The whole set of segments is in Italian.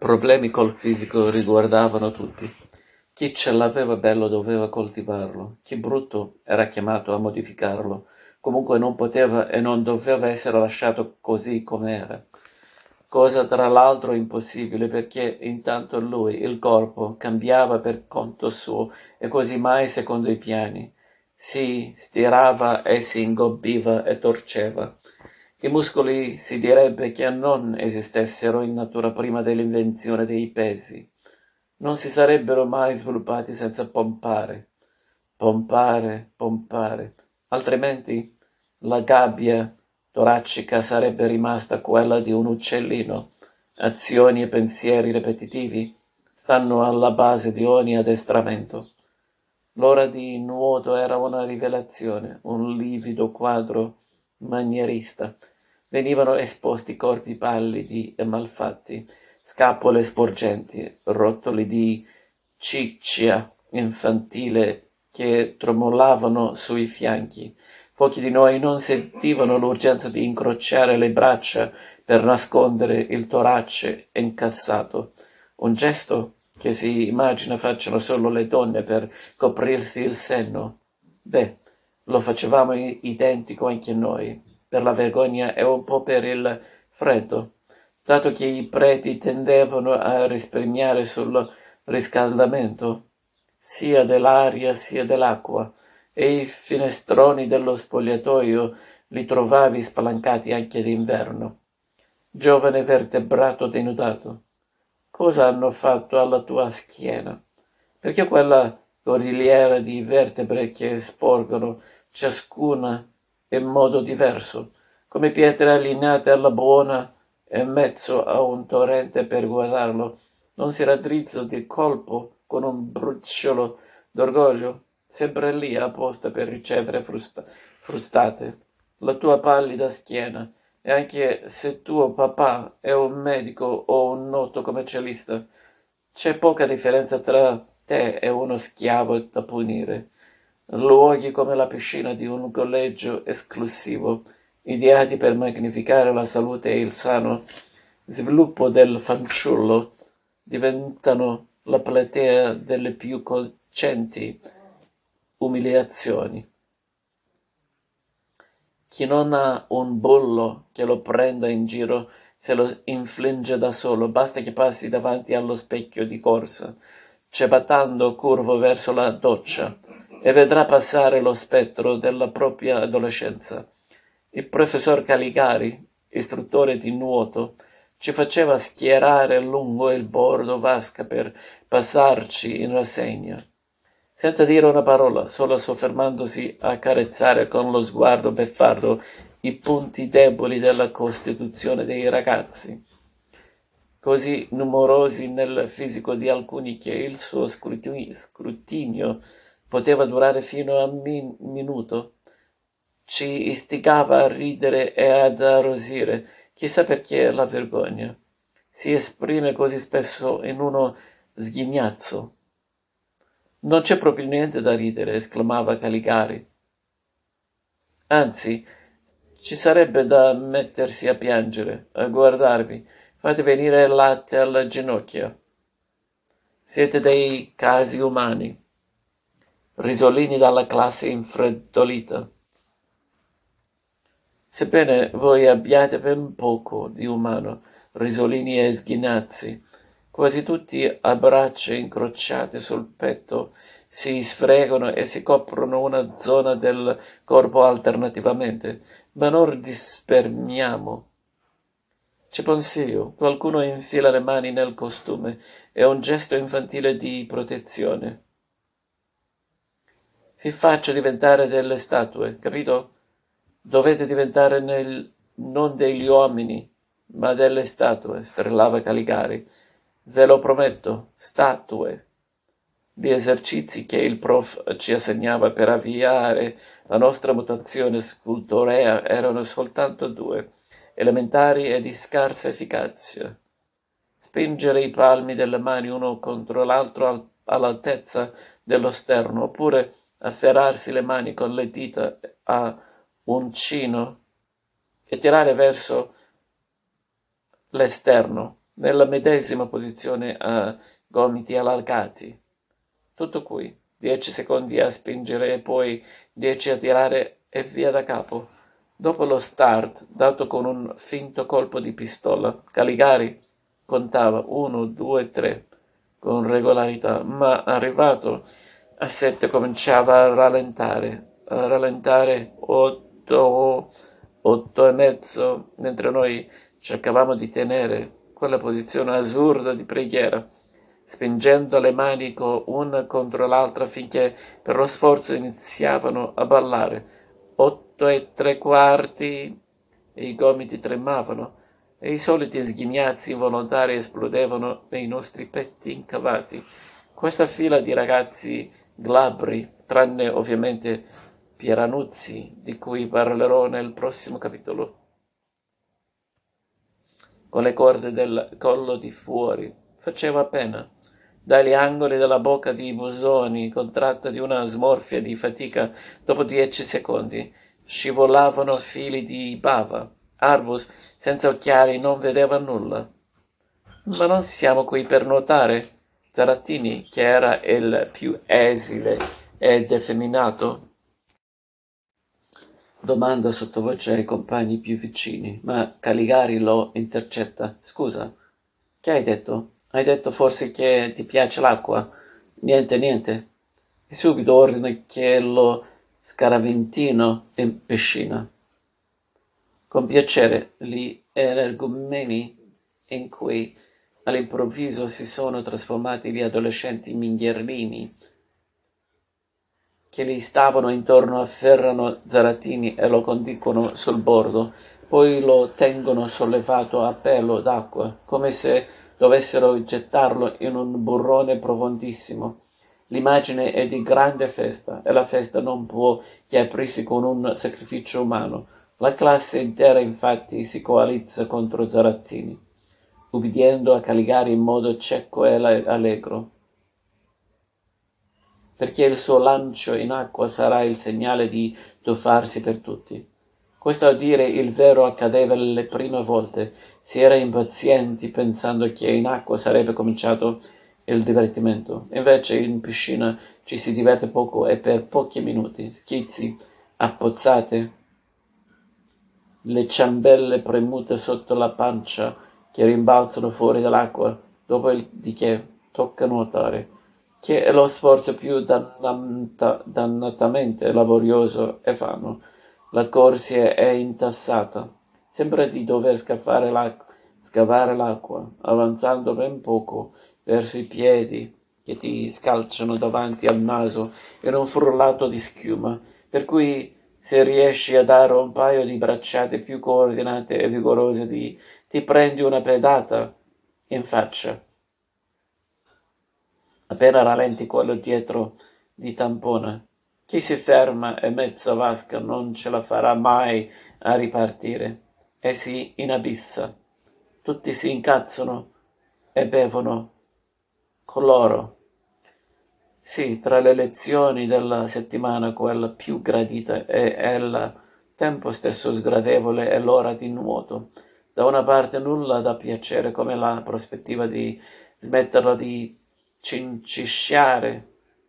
Problemi col fisico riguardavano tutti. Chi ce l'aveva bello doveva coltivarlo, chi brutto era chiamato a modificarlo. Comunque non poteva e non doveva essere lasciato così com'era. Cosa tra l'altro impossibile perché intanto lui, il corpo, cambiava per conto suo e così mai secondo i piani. Si stirava e si ingobbiva e torceva. I muscoli si direbbe che non esistessero in natura prima dell'invenzione dei pesi. Non si sarebbero mai sviluppati senza pompare, pompare, pompare. Altrimenti la gabbia toracica sarebbe rimasta quella di un uccellino. Azioni e pensieri ripetitivi stanno alla base di ogni addestramento. L'ora di nuoto era una rivelazione, un livido quadro manierista. Venivano esposti corpi pallidi e malfatti, scapole sporgenti, rotoli di ciccia infantile che tremolavano sui fianchi. Pochi di noi non sentivano l'urgenza di incrociare le braccia per nascondere il torace incassato. Un gesto che si immagina facciano solo le donne per coprirsi il senno. Beh, lo facevamo identico anche noi, per la vergogna e un po' per il freddo, dato che i preti tendevano a risparmiare sul riscaldamento, sia dell'aria sia dell'acqua, e i finestroni dello spogliatoio li trovavi spalancati anche d'inverno. Giovane vertebrato denudato, cosa hanno fatto alla tua schiena? Perché quella cordilliera di vertebre che sporgono, ciascuna in modo diverso, come pietre allineate alla buona e in mezzo a un torrente per guardarlo, non si raddrizza di colpo con un briciolo d'orgoglio, sempre lì apposta per ricevere frustate. La tua pallida schiena, e anche se tuo papà è un medico o un noto commercialista, c'è poca differenza tra te e uno schiavo da punire. Luoghi come la piscina di un collegio esclusivo, ideati per magnificare la salute e il sano sviluppo del fanciullo, diventano la platea delle più cocenti umiliazioni. Chi non ha un bullo che lo prenda in giro se lo infligge da solo, basta che passi davanti allo specchio di corsa, ciabattando curvo verso la doccia, e vedrà passare lo spettro della propria adolescenza. Il professor Caligari, istruttore di nuoto, ci faceva schierare lungo il bordo vasca per passarci in rassegna, senza dire una parola, solo soffermandosi a carezzare con lo sguardo beffardo i punti deboli della costituzione dei ragazzi, così numerosi nel fisico di alcuni che il suo scrutinio poteva durare fino a minuto. Ci istigava a ridere e ad arrosire, chissà perché la vergogna si esprime così spesso in uno sghignazzo. Non c'è proprio niente da ridere, esclamava Caligari. Anzi, ci sarebbe da mettersi a piangere, a guardarvi. Fate venire il latte alle ginocchia. Siete dei casi umani, risolini dalla classe infreddolita. Sebbene voi abbiate ben poco di umano, risolini e sghinazzi, quasi tutti a braccia incrociate sul petto si sfregano e si coprono una zona del corpo alternativamente, ma non risparmiamo. Ci penso io, qualcuno infila le mani nel costume, è un gesto infantile di protezione. Vi faccio diventare delle statue, capito? Dovete diventare non degli uomini, ma delle statue, strillava Caligari. Ve lo prometto, statue. Gli esercizi che il prof ci assegnava per avviare la nostra mutazione scultorea erano soltanto due, elementari e di scarsa efficacia. Spingere i palmi delle mani uno contro l'altro all'altezza dello sterno, oppure afferrarsi le mani con le dita a uncino e tirare verso l'esterno. nella medesima posizione a gomiti allargati. Tutto qui. 10 secondi a spingere e poi 10 a tirare e via da capo. Dopo lo start, dato con un finto colpo di pistola, Caligari contava 1, 2, 3 con regolarità, ma arrivato a 7 cominciava a rallentare 8, 8 e mezzo, mentre noi cercavamo di tenere quella posizione assurda di preghiera, spingendo le mani una contro l'altra finché per lo sforzo iniziavano a ballare. 8 e 3 quarti, e i gomiti tremavano, e i soliti sghignazi involontari esplodevano nei nostri petti incavati. Questa fila di ragazzi glabri, tranne ovviamente Pieranuzzi, di cui parlerò nel prossimo capitolo, con le corde del collo di fuori, faceva pena. Dagli angoli della bocca di Busoni, contratta di una smorfia di fatica, dopo 10 secondi, scivolavano fili di bava. Arbus, senza occhiali, non vedeva nulla. Ma non siamo qui per nuotare? Zarattini, che era il più esile ed effeminato, domanda sottovoce ai compagni più vicini, ma Caligari lo intercetta. Scusa, che hai detto? Hai detto forse che ti piace l'acqua? Niente, niente. E subito ordina che lo scaraventino in piscina. Con piacere, gli energumeni in cui all'improvviso si sono trasformati gli adolescenti minghierlini che gli stavano intorno afferrano Zarattini e lo conducono sul bordo, poi lo tengono sollevato a pelo d'acqua, come se dovessero gettarlo in un burrone profondissimo. L'immagine è di grande festa e la festa non può che aprirsi con un sacrificio umano. La classe intera infatti si coalizza contro Zarattini, ubbidiendo a Caligari in modo cieco e allegro, perché il suo lancio in acqua sarà il segnale di tuffarsi per tutti. Questo a dire il vero accadeva le prime volte. Si era impazienti pensando che in acqua sarebbe cominciato il divertimento. Invece in piscina ci si diverte poco e per pochi minuti. Schizzi, appozzate, le ciambelle premute sotto la pancia che rimbalzano fuori dall'acqua, di che tocca nuotare, che è lo sforzo più dannatamente laborioso e vano. La corsia è intassata. Sembra di dover scavare l'acqua, avanzando ben poco verso i piedi che ti scalciano davanti al naso in un frullato di schiuma, per cui se riesci a dare un paio di bracciate più coordinate e vigorose ti prendi una pedata in faccia. Appena rallenti quello dietro di tampona. Chi si ferma e mezza vasca non ce la farà mai a ripartire e si inabissa. Tutti si incazzano e bevono con loro. Sì, tra le lezioni della settimana quella più gradita è il tempo stesso sgradevole e l'ora di nuoto. Da una parte nulla dà piacere come la prospettiva di smetterla di cincisciare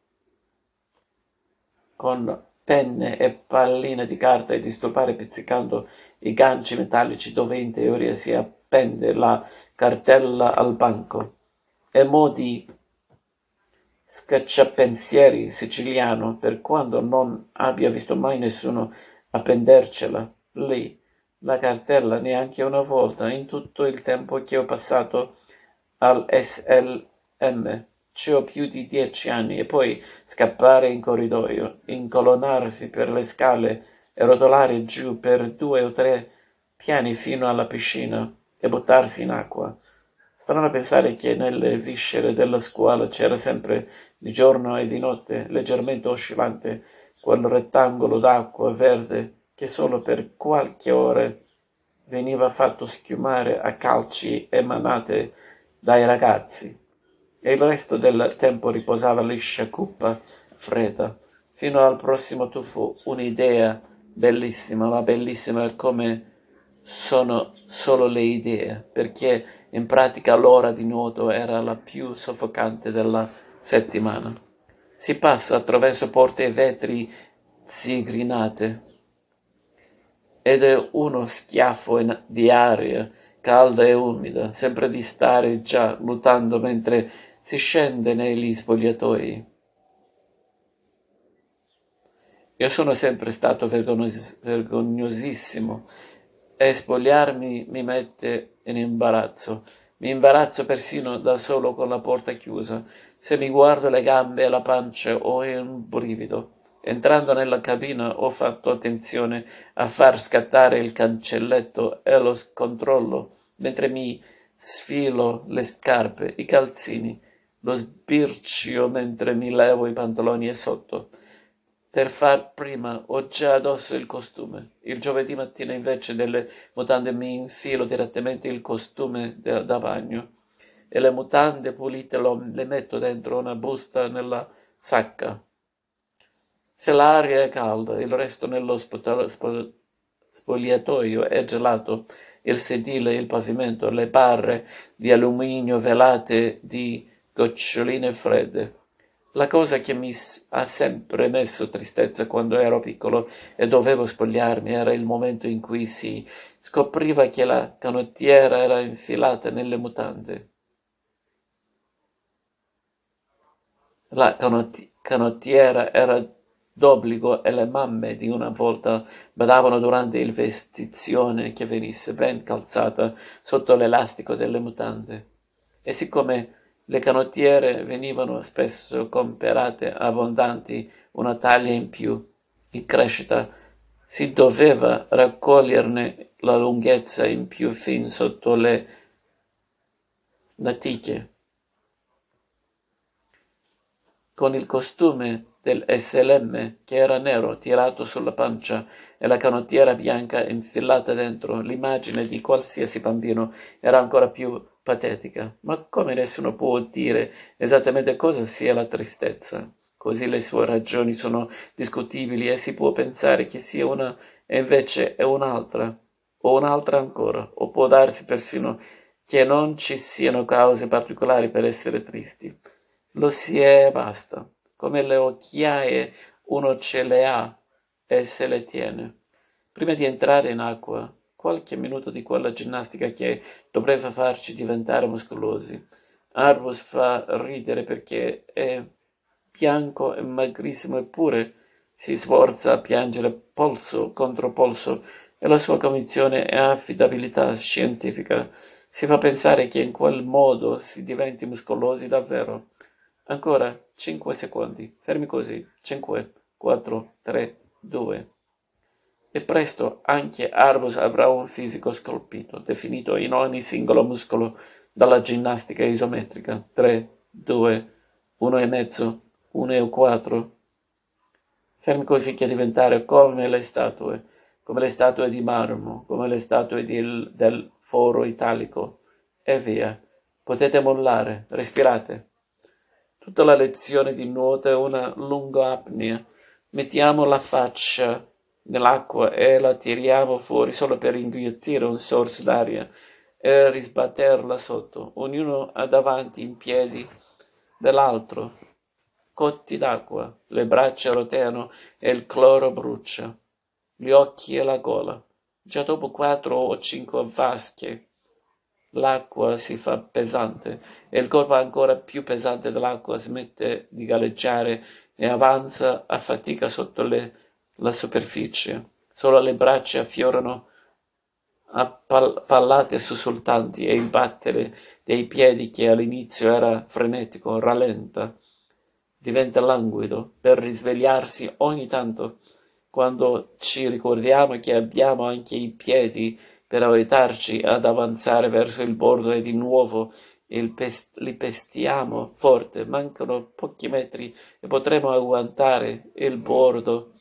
con penne e palline di carta e disturbare pizzicando i ganci metallici dove in teoria si appende la cartella al banco. E mo di scacciapensieri siciliano, per quando non abbia visto mai nessuno appendercela lì, la cartella neanche una volta in tutto il tempo che ho passato al SLM. Ci ho più di 10 anni e poi scappare in corridoio, incolonnarsi per le scale e rotolare giù per 2 o 3 piani fino alla piscina e buttarsi in acqua. Strano pensare che nelle viscere della scuola c'era sempre di giorno e di notte, leggermente oscillante, quel rettangolo d'acqua verde che solo per qualche ora veniva fatto schiumare a calci e manate dai ragazzi, e il resto del tempo riposava liscia, cupa, fredda. Fino al prossimo tuffo un'idea bellissima, ma bellissima come sono solo le idee, perché in pratica l'ora di nuoto era la più soffocante della settimana. Si passa attraverso porte e vetri zigrinate ed è uno schiaffo di aria calda e umida, sempre di stare già nuotando mentre si scende negli spogliatoi. Io sono sempre stato vergognosissimo e spogliarmi mi mette in imbarazzo. Mi imbarazzo persino da solo con la porta chiusa. Se mi guardo le gambe e la pancia ho un brivido. Entrando nella cabina ho fatto attenzione a far scattare il cancelletto e lo controllo mentre mi sfilo le scarpe, i calzini, lo sbircio mentre mi levo i pantaloni e sotto. Per far prima ho già addosso il costume. Il giovedì mattina invece delle mutande mi infilo direttamente il costume da bagno e le mutande pulite le metto dentro una busta nella sacca. Se l'aria è calda, il resto nello spogliatoio è gelato, il sedile, il pavimento, le barre di alluminio velate di goccioline fredde. La cosa che ha sempre messo tristezza quando ero piccolo e dovevo spogliarmi era il momento in cui si scopriva che la canottiera era infilata nelle mutande. La canottiera era d'obbligo e le mamme di una volta badavano durante il vestizione che venisse ben calzata sotto l'elastico delle mutande. E siccome le canottiere venivano spesso comperate abbondanti una taglia in più, in crescita, si doveva raccoglierne la lunghezza in più fin sotto le naticchie. Con il costume del SLM che era nero tirato sulla pancia e la canottiera bianca infilata dentro, l'immagine di qualsiasi bambino era ancora più patetica. Ma come nessuno può dire esattamente cosa sia la tristezza? Così le sue ragioni sono discutibili e si può pensare che sia una e invece è un'altra, o un'altra ancora, o può darsi persino che non ci siano cause particolari per essere tristi. Lo si è e basta. Come le occhiaie uno ce le ha e se le tiene. Prima di entrare in acqua, qualche minuto di quella ginnastica che dovrebbe farci diventare muscolosi. Arbus fa ridere perché è bianco e magrissimo eppure si sforza a piangere polso contro polso e la sua convinzione e affidabilità scientifica si fa pensare che in quel modo si diventi muscolosi davvero. Ancora 5 secondi, fermi così, 5, 4, 3, 2. E presto anche Arbus avrà un fisico scolpito, definito in ogni singolo muscolo dalla ginnastica isometrica. 3, 2, 1 e mezzo, 1 e 4. Fermi così che diventare come le statue di marmo, come le statue del foro italico. E via. Potete mollare, respirate. Tutta la lezione di nuoto è una lunga apnea. Mettiamo la faccia nell'acqua e la tiriamo fuori solo per inghiottire un sorso d'aria e risbatterla sotto, ognuno ha davanti in piedi dell'altro, cotti d'acqua, le braccia roteano e il cloro brucia, gli occhi e la gola. Già dopo 4 o 5 vasche l'acqua si fa pesante e il corpo ancora più pesante dell'acqua smette di galleggiare e avanza a fatica sotto la superficie. Solo le braccia affiorano a pallate sussultanti e il battere dei piedi che all'inizio era frenetico rallenta, diventa languido per risvegliarsi ogni tanto quando ci ricordiamo che abbiamo anche i piedi per aiutarci ad avanzare verso il bordo e di nuovo li pestiamo forte, mancano pochi metri e potremo agguantare il bordo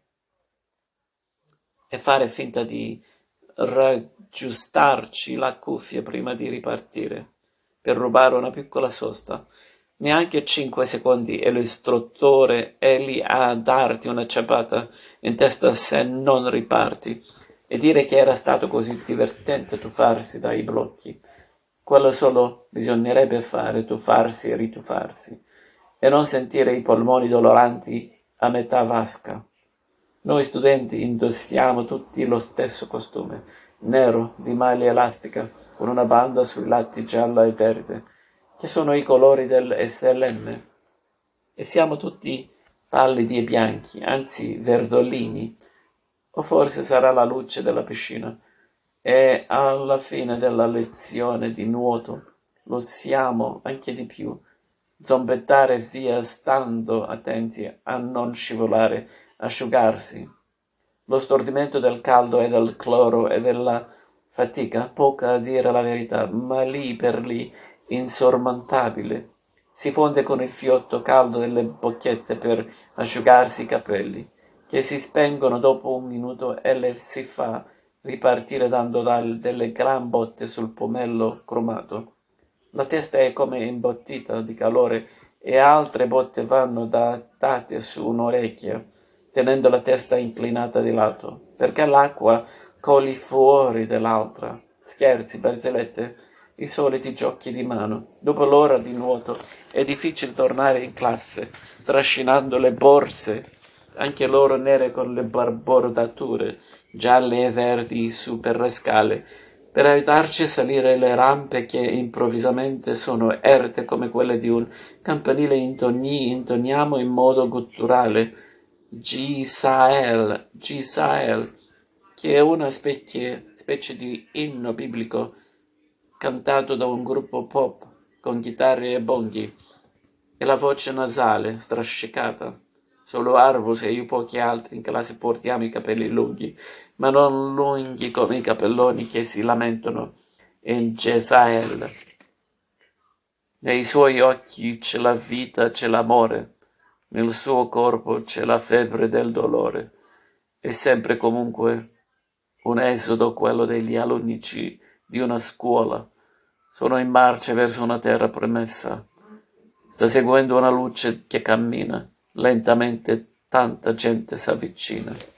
e fare finta di raggiustarci la cuffia prima di ripartire per rubare una piccola sosta. Neanche 5 secondi e l'istruttore è lì a darti una ciabatta in testa se non riparti. e dire che era stato così divertente tuffarsi dai blocchi. Quello solo bisognerebbe fare, tuffarsi e rituffarsi, e non sentire i polmoni doloranti a metà vasca. Noi studenti indossiamo tutti lo stesso costume, nero, di maglia elastica, con una banda sui lati gialla e verde, che sono i colori del SLM, e siamo tutti pallidi e bianchi, anzi verdolini, o forse sarà la luce della piscina, e alla fine della lezione di nuoto lo siamo anche di più, zombettare via stando attenti a non scivolare, asciugarsi. Lo stordimento del caldo e del cloro e della fatica, poca a dire la verità, ma lì per lì insormontabile, si fonde con il fiotto caldo delle bocchette per asciugarsi i capelli, che si spengono dopo un minuto e le si fa ripartire dando delle gran botte sul pomello cromato. La testa è come imbottita di calore e altre botte vanno date su un'orecchia, tenendo la testa inclinata di lato, perché l'acqua coli fuori dell'altra. Scherzi, barzellette, i soliti giochi di mano. Dopo l'ora di nuoto è difficile tornare in classe, trascinando le borse, anche loro nere con le bordature, gialle e verdi su per le scale, per aiutarci a salire le rampe che improvvisamente sono erte come quelle di un campanile. Intoniamo in modo gutturale Gisael, Gisael, che è una specie di inno biblico cantato da un gruppo pop con chitarre e bonghi, e la voce nasale, strascicata. Solo Arvus e io pochi altri in classe portiamo i capelli lunghi, ma non lunghi come i capelloni che si lamentano in Gesael. Nei suoi occhi c'è la vita, c'è l'amore, nel suo corpo c'è la febbre del dolore. È sempre comunque un esodo quello degli alunnici di una scuola. Sono in marcia verso una terra promessa. Sta seguendo una luce che cammina. Lentamente tanta gente si avvicina.